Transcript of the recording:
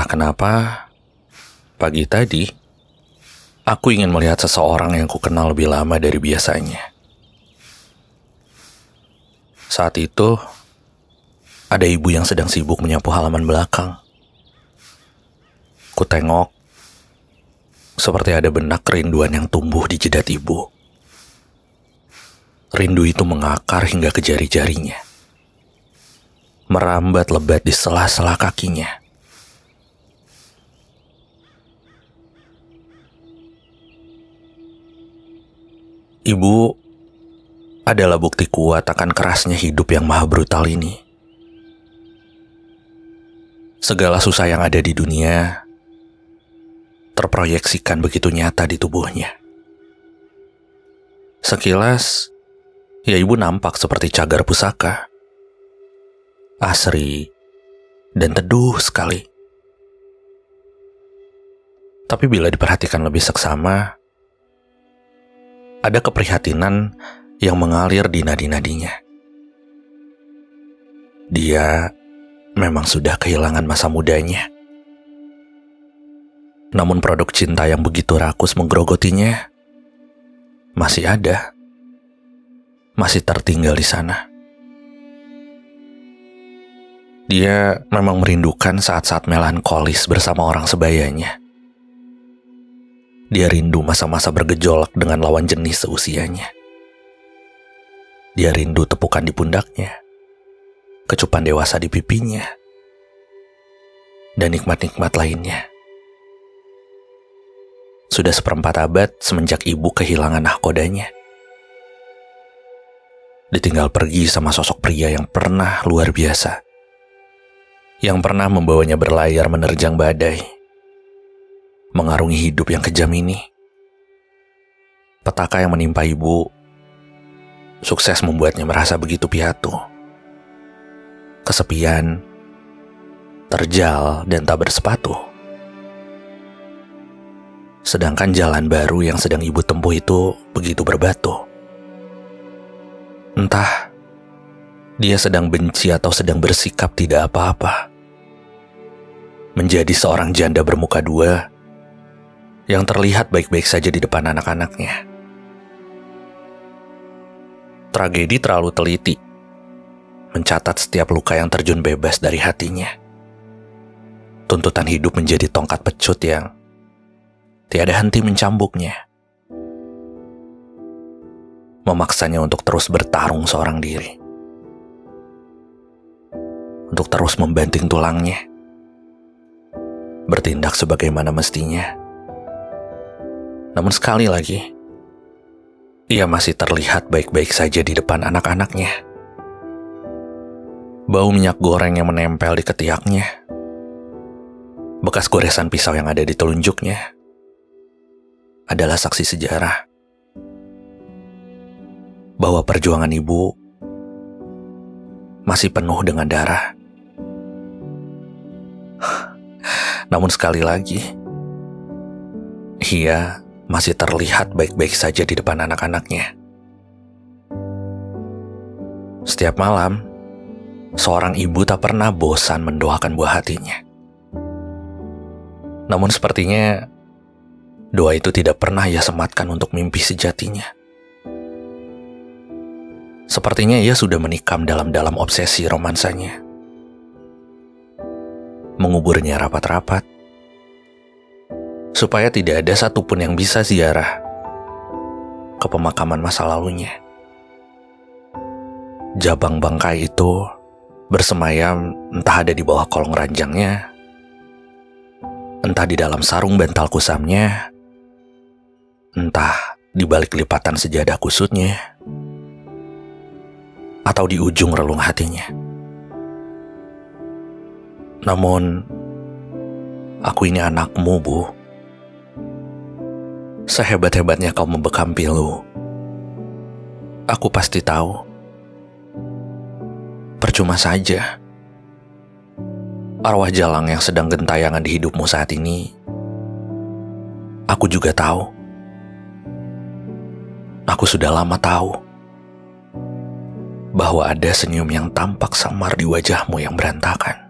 Entah kenapa, pagi tadi, aku ingin melihat seseorang yang kukenal lebih lama dari biasanya. Saat itu, ada ibu yang sedang sibuk menyapu halaman belakang. Kutengok, seperti ada benak kerinduan yang tumbuh di jidat ibu. Rindu itu mengakar hingga ke jari-jarinya, merambat lebat di sela-sela kakinya. Ibu adalah bukti kuat akan kerasnya hidup yang maha brutal ini. Segala susah yang ada di dunia terproyeksikan begitu nyata di tubuhnya. Sekilas, ya ibu nampak seperti cagar pusaka. Asri dan teduh sekali. Tapi bila diperhatikan lebih seksama, ada keprihatinan yang mengalir di nadi-nadinya. Dia memang sudah kehilangan masa mudanya. Namun produk cinta yang begitu rakus menggerogotinya masih ada, masih tertinggal di sana. Dia memang merindukan saat-saat melankolis bersama orang sebayanya. Dia rindu masa-masa bergejolak dengan lawan jenis seusianya. Dia rindu tepukan di pundaknya, kecupan dewasa di pipinya, dan nikmat-nikmat lainnya. Sudah seperempat abad semenjak ibu kehilangan nahkodanya. Ditinggal pergi sama sosok pria yang pernah luar biasa, yang pernah membawanya berlayar menerjang badai, mengarungi hidup yang kejam ini. Petaka yang menimpa ibu sukses membuatnya merasa begitu piatu. Kesepian, terjal, dan tak bersepatu. Sedangkan jalan baru yang sedang ibu tempuh itu begitu berbatu. Entah dia sedang benci atau sedang bersikap tidak apa-apa. Menjadi seorang janda bermuka dua yang terlihat baik-baik saja di depan anak-anaknya. Tragedi terlalu teliti mencatat setiap luka yang terjun bebas dari hatinya. Tuntutan hidup menjadi tongkat pecut yang tiada henti mencambuknya, memaksanya untuk terus bertarung seorang diri, untuk terus membanting tulangnya, bertindak sebagaimana mestinya. Namun sekali lagi, ia masih terlihat baik-baik saja di depan anak-anaknya. Bau minyak goreng yang menempel di ketiaknya, bekas goresan pisau yang ada di telunjuknya, adalah saksi sejarah bahwa perjuangan ibu masih penuh dengan darah. Namun sekali lagi, ia masih terlihat baik-baik saja di depan anak-anaknya. Setiap malam, seorang ibu tak pernah bosan mendoakan buah hatinya. Namun sepertinya doa itu tidak pernah ia sematkan untuk mimpi sejatinya. Sepertinya ia sudah menikam dalam-dalam obsesi romansanya, menguburnya rapat-rapat, supaya tidak ada satupun yang bisa ziarah ke pemakaman masa lalunya. Jabang bangkai itu bersemayam entah ada di bawah kolong ranjangnya, entah di dalam sarung bantal kusamnya, entah di balik lipatan sejadah kusutnya, atau di ujung relung hatinya. Namun, aku ini anakmu, Bu. Sehebat-hebatnya kau membekam pilu, aku pasti tahu. Percuma saja. Arwah jalang yang sedang gentayangan di hidupmu saat ini, aku juga tahu. Aku sudah lama tahu bahwa ada senyum yang tampak samar di wajahmu yang berantakan.